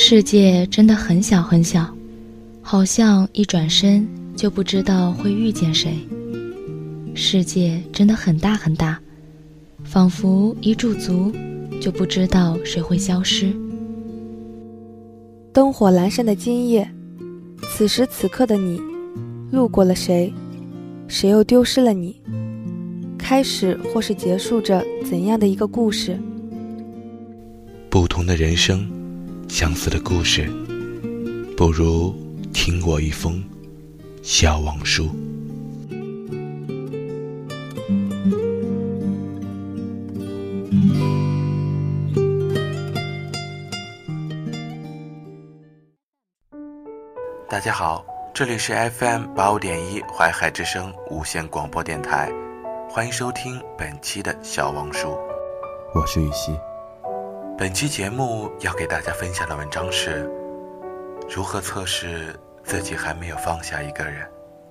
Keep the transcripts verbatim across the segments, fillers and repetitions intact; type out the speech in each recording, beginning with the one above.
世界真的很小很小，好像一转身就不知道会遇见谁。世界真的很大很大，仿佛一驻足就不知道谁会消失。 灯火阑珊的今夜，此时此刻的你路过了谁，谁又丢失了你？开始或是结束着怎样的一个故事？ 不同的人生，相似的故事，不如听我一封小往书。大家好，这里是 F M 八五点一淮海之声无线广播电台，欢迎收听本期的小王书， 我是雨熙。 本期节目要给大家分享的文章是如何测试自己还没有放下一个人。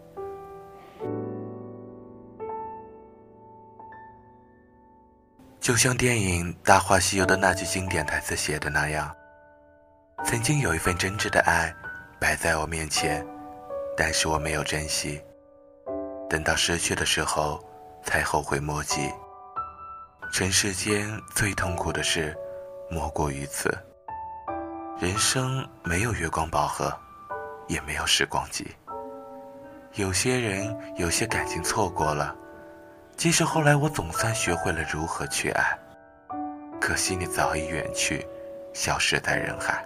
就像电影《大话西游》的那句经典台词写的那样，曾经有一份真挚的爱摆在我面前，但是我没有珍惜，等到失去的时候才后悔莫及。尘世间最痛苦的事莫过于此。人生没有月光宝盒，也没有时光机。有些人有些感情错过了，即使后来我总算学会了如何去爱，可惜你早已远去，消失在人海。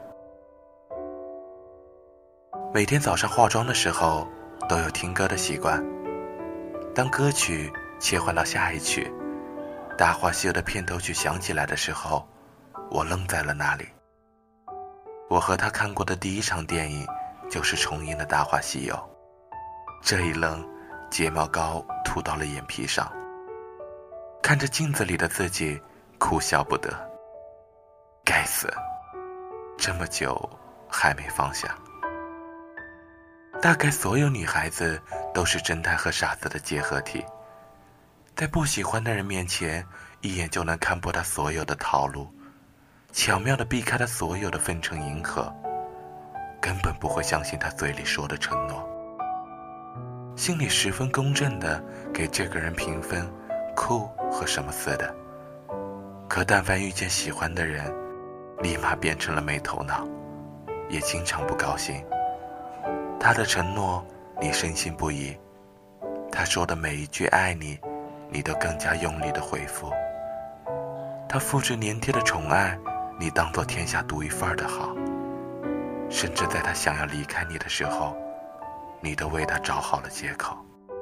每天早上化妆的时候都有听歌的习惯，当歌曲切换到下一曲，大话西游的片头曲响起来的时候，我愣在了那里。我和他看过的第一场电影就是重映的大话西游，这一愣，睫毛膏涂到了眼皮上，看着镜子里的自己哭笑不得。该死，这么久还没放下。大概所有女孩子都是侦探和傻子的结合体，在不喜欢的人面前一眼就能看破他所有的套路，巧妙地避开他所有的纷呈迎合，根本不会相信他嘴里说的承诺，心里十分公正地给这个人评分酷和什么似的。可但凡遇见喜欢的人，立马变成了没头脑，也经常不高兴。他的承诺你深信不疑，他说的每一句爱你，你都更加用力的回复。他复制粘贴的宠爱，你当作天下独一份的好，甚至在他想要离开你的时候，你都为他找好了借口。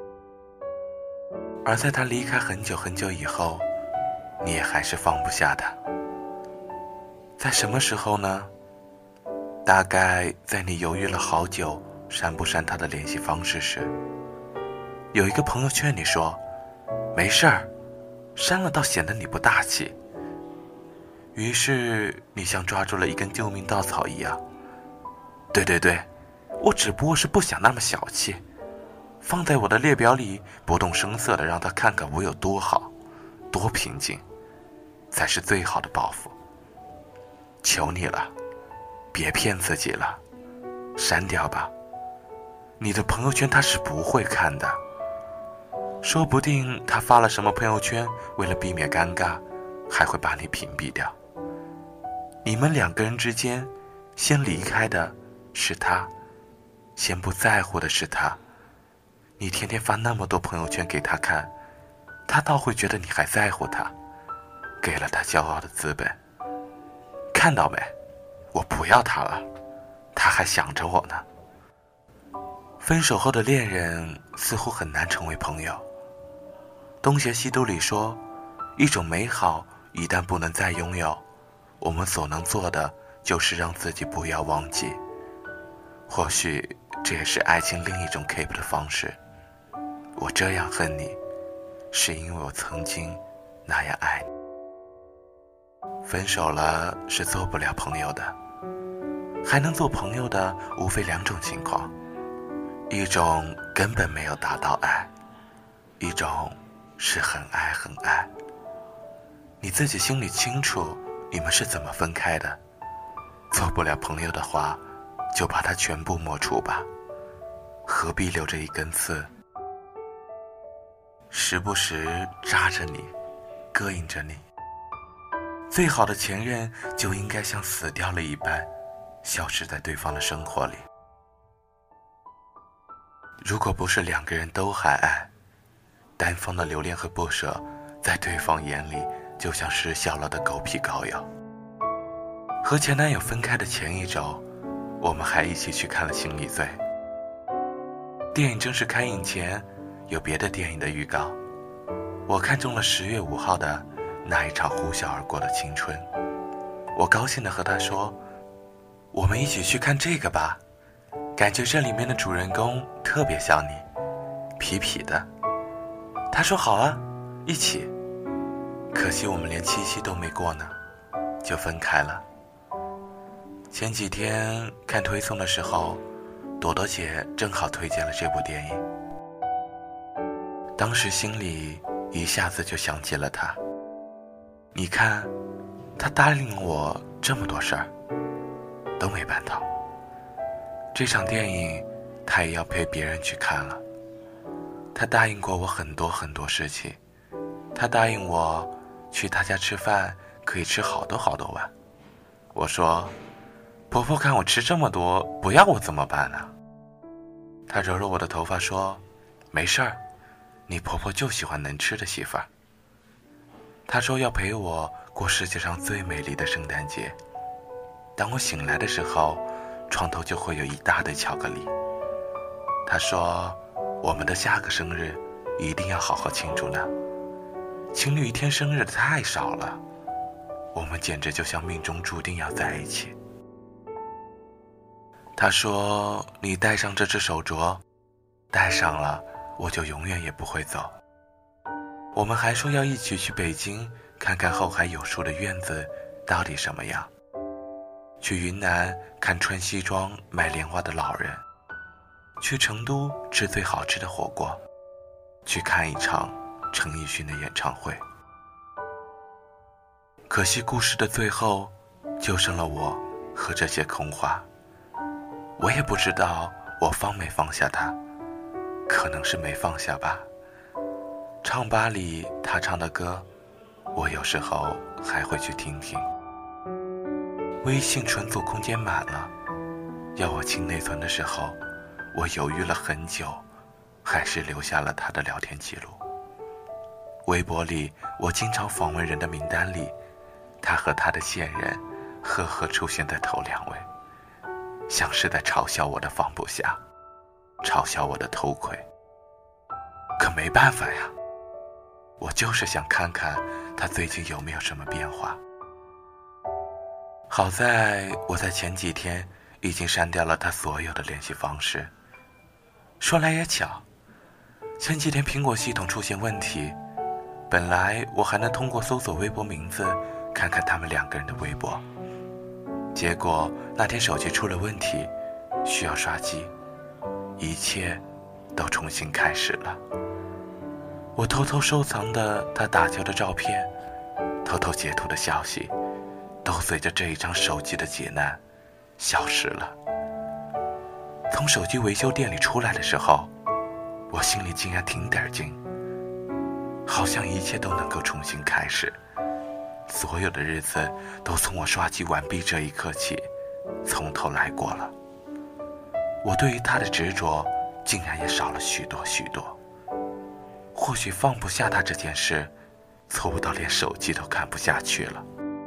而在他离开很久很久以后，你也还是放不下他。在什么时候呢？大概在你犹豫了好久删不删他的联系方式时，有一个朋友劝你说，没事儿，删了倒显得你不大气。于是你像抓住了一根救命稻草一样，对对对，我只不过是不想那么小气，放在我的列表里，不动声色地让他看看我有多好，多平静，才是最好的报复。求你了，别骗自己了，删掉吧。你的朋友圈他是不会看的，说不定他发了什么朋友圈，为了避免尴尬，还会把你屏蔽掉。你们两个人之间，先离开的是他，先不在乎的是他。你天天发那么多朋友圈给他看，他倒会觉得你还在乎他，给了他骄傲的资本。看到没？我不要他了，他还想着我呢。分手后的恋人似乎很难成为朋友。东邪西毒里说，一种美好一旦不能再拥有，我们所能做的就是让自己不要忘记。或许这也是爱情另一种 keep 的方式。我这样恨你，是因为我曾经那样爱你。分手了是做不了朋友的，还能做朋友的无非两种情况，一种根本没有达到爱，一种是很爱很爱。你自己心里清楚你们是怎么分开的， 做不了朋友的话，就把它全部抹除吧，何必留着一根刺，时不时扎着你，膈应着你。最好的前任就应该像死掉了一般，消失在对方的生活里。如果不是两个人都还爱，单方的留恋和不舍，在对方眼里就像失效了的狗皮膏药。和前男友分开的前一周，我们还一起去看了《心理罪》。电影正式开映前，有别的电影的预告，我看中了十月五号的那一场呼啸而过的青春。我高兴地和他说，我们一起去看这个吧，感觉这里面的主人公特别像你，痞痞的。他说好啊，一起。可惜我们连七夕都没过呢，就分开了。前几天看推送的时候，朵朵姐正好推荐了这部电影，当时心里一下子就想起了他。你看，他答应我这么多事儿，都没办到。这场电影他也要陪别人去看了。他答应过我很多很多事情，他答应我去他家吃饭可以吃好多好多碗。我说，婆婆看我吃这么多，不要我怎么办呢？她揉揉我的头发说，没事儿，你婆婆就喜欢能吃的媳妇儿。她说要陪我过世界上最美丽的圣诞节，当我醒来的时候，床头就会有一大堆巧克力。她说我们的下个生日一定要好好庆祝呢，情侣一天生日太少了，我们简直就像命中注定要在一起。他说，你戴上这只手镯，戴上了我就永远也不会走。我们还说要一起去北京看看后海有树的院子到底什么样，去云南看穿西装买莲花的老人，去成都吃最好吃的火锅，去看一场陈奕迅的演唱会。可惜故事的最后就剩了我和这些空话。我也不知道我放没放下他，可能是没放下吧。唱吧里他唱的歌，我有时候还会去听听。微信存储空间满了，要我清内存的时候，我犹豫了很久，还是留下了他的聊天记录。微博里我经常访问人的名单里，他和他的现任赫赫出现在头两位，像是在嘲笑我的放不下，嘲笑我的偷窥。可没办法呀，我就是想看看他最近有没有什么变化。好在我在前几天已经删掉了他所有的联系方式。说来也巧，前几天苹果系统出现问题，本来我还能通过搜索微博名字看看他们两个人的微博，结果那天手机出了问题，需要刷机，一切都重新开始了。我偷偷收藏的他打球的照片，偷偷截图的消息，都随着这一张手机的劫难消失了。从手机维修店里出来的时候，我心里竟然挺点劲，好像一切都能够重新开始，所有的日子都从我刷机完毕这一刻起从头来过了。我对于他的执着竟然也少了许多许多。或许放不下他这件事，错到连手机都看不下去了。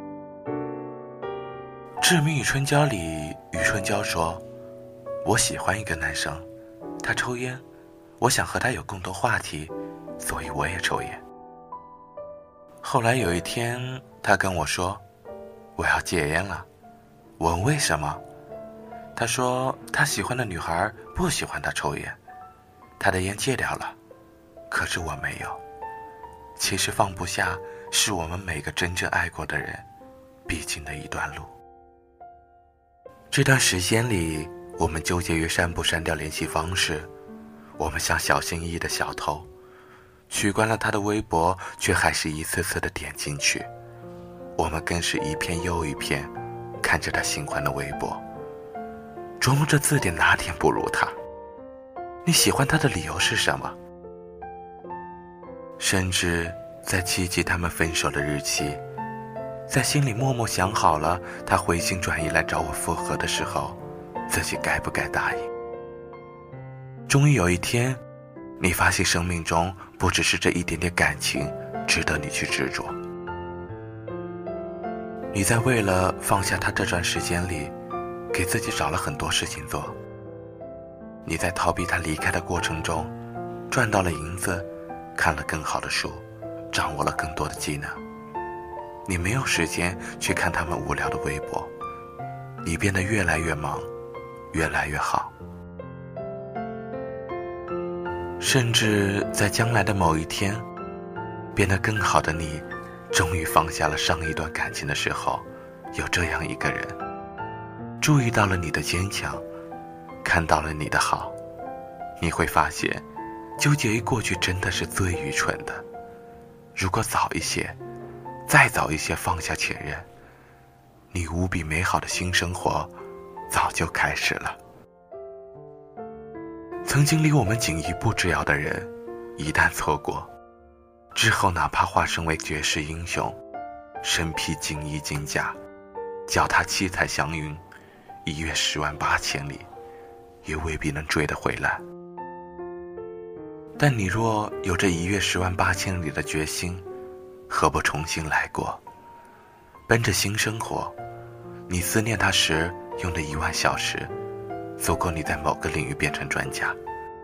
志明与春娇里，余春娇说，我喜欢一个男生，他抽烟，我想和他有共同话题，所以我也抽烟。后来有一天他跟我说，我要戒烟了。我问为什么，他说他喜欢的女孩不喜欢他抽烟，他的烟戒掉了，可是我没有。其实放不下是我们每个真正爱过的人必经的一段路。这段时间里，我们纠结于删不删掉联系方式，我们像小心翼翼的小偷，取关了他的微博，却还是一次次的点进去。我们更是一篇又一篇看着他新换的微博，琢磨着字典哪点不如他。你喜欢他的理由是什么？甚至在记起他们分手的日期，在心里默默想好了他回心转意来找我复合的时候，自己该不该答应。终于有一天，你发现生命中不只是这一点点感情值得你去执着。你在为了放下他这段时间里，给自己找了很多事情做。你在逃避他离开的过程中，赚到了银子，看了更好的书，掌握了更多的技能。你没有时间去看他们无聊的微博，你变得越来越忙，越来越好。甚至在将来的某一天，变得更好的你终于放下了上一段感情的时候，有这样一个人注意到了你的坚强，看到了你的好，你会发现纠结于过去真的是最愚蠢的。如果早一些，再早一些放下前任，你无比美好的新生活早就开始了。曾经离我们仅一步之遥的人，一旦错过之后，哪怕化身为绝世英雄，身披金衣金甲，脚踏七彩祥云，一跃十万八千里，也未必能追得回来。但你若有着一跃十万八千里的决心，何不重新来过？奔着新生活，你思念他时用的一万小时，足够你在某个领域变成专家。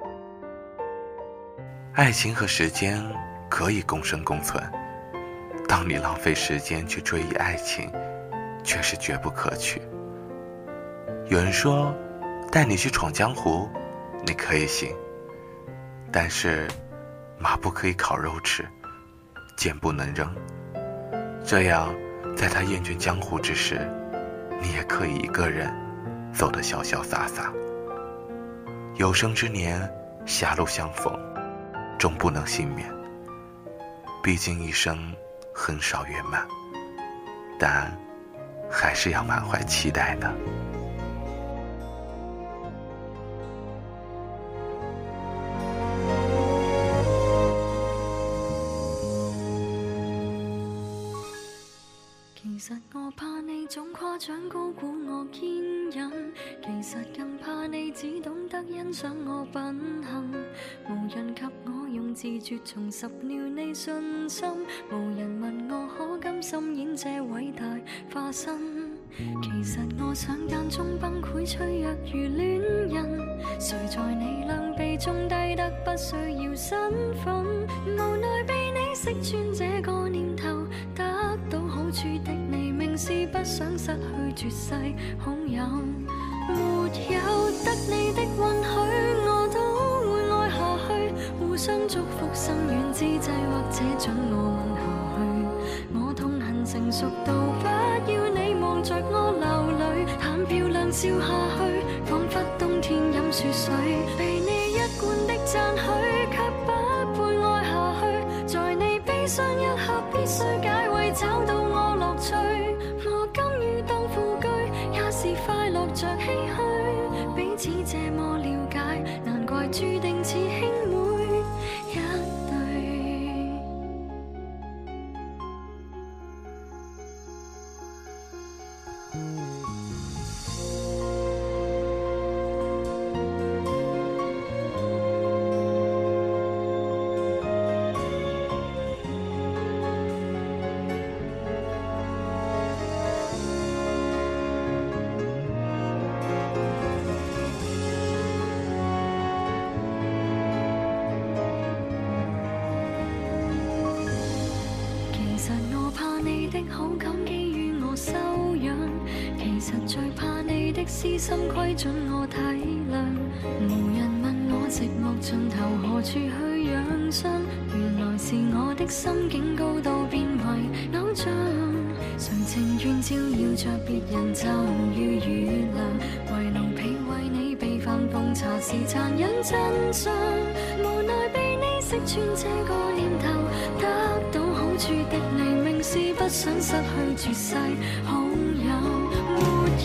爱情和时间可以共生共存，当你浪费时间去追忆爱情，却是绝不可取。有人说，带你去闯江湖，你可以行，但是马不可以烤肉吃，剑不能扔。这样，在他厌倦江湖之时，你也可以一个人走得潇潇洒洒。有生之年，狭路相逢，终不能幸免。毕竟一生很少圆满，但还是要满怀期待的。 其實我怕你總誇獎高估我堅忍，其實更怕你只懂得欣賞我品行。無人及我用字絕重拾了你信心，無人問我可甘心演這偉大化身。其實我想間中崩潰脆弱如戀人，誰在你兩臂中低得不需要身份，無奈被你識穿這個念頭，得到好處的你明是不想失去絕世好友，沒有得你的允許，我都會愛下去，互相祝福生遠之際，或者准我吻下去。我痛恨成熟到不要你望着我流淚，談漂亮笑下去，彷彿冬天飲雪水，被你一貫的讚許，卻不配愛下去，在你悲傷一刻必須解圍，找到我樂趣。我甘於當副居，也是快樂着唏噓，彼此這麼了解，難怪注定似兄妹一對。其實我怕你的好感基於我修養，其實最怕你的私心窺準我體諒。無人問我寂寞盡頭何處去養傷，原來是我的心境高到變為偶像。誰情願照耀着別人就於雨涼，為奴婢為你被反諷查是殘忍真相，無奈被你識穿這個念頭，得到好處的你明是不想失去絕世好友。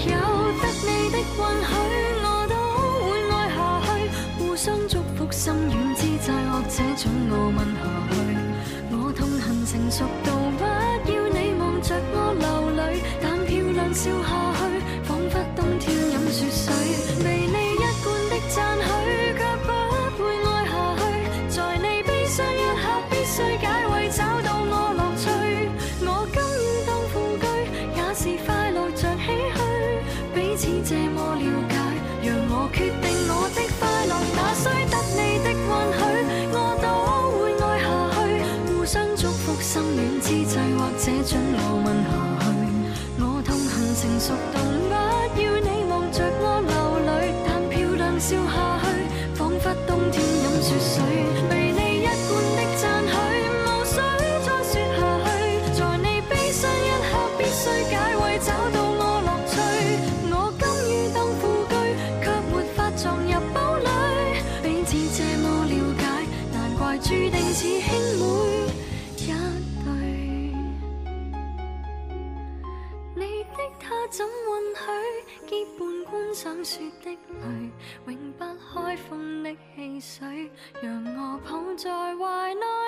有得你的允許，我都會愛下去。互相祝福，心軟之際，或者准我問下去。我痛恨成熟到不要你望着我流淚，但漂亮笑下去，彷彿冬天飲雪水。被你一貫的讚許，卻不會愛下去。在你悲傷一刻，必須解圍，找到我樂趣。我甘願當副居，也是快樂着唏噓。彼此這麼了解，讓我決定我的快樂，那須得你的允許，我都會愛下去。互相祝福，心軟之際，或者准我問下去。我痛恨成熟到不要你望着我流淚，但漂亮笑下去，彷彿冬天飲雪水。被你一貫的讚許，無需再說下去。在你悲傷一刻，必須解圍，找到我樂趣。我甘於當副居，卻沒法撞入堡壘。彼此這麼了解，難怪注定似兄妹一對。你的他怎允許結伴觀賞雪的淚，永不開封的汽水，讓我抱在懷內。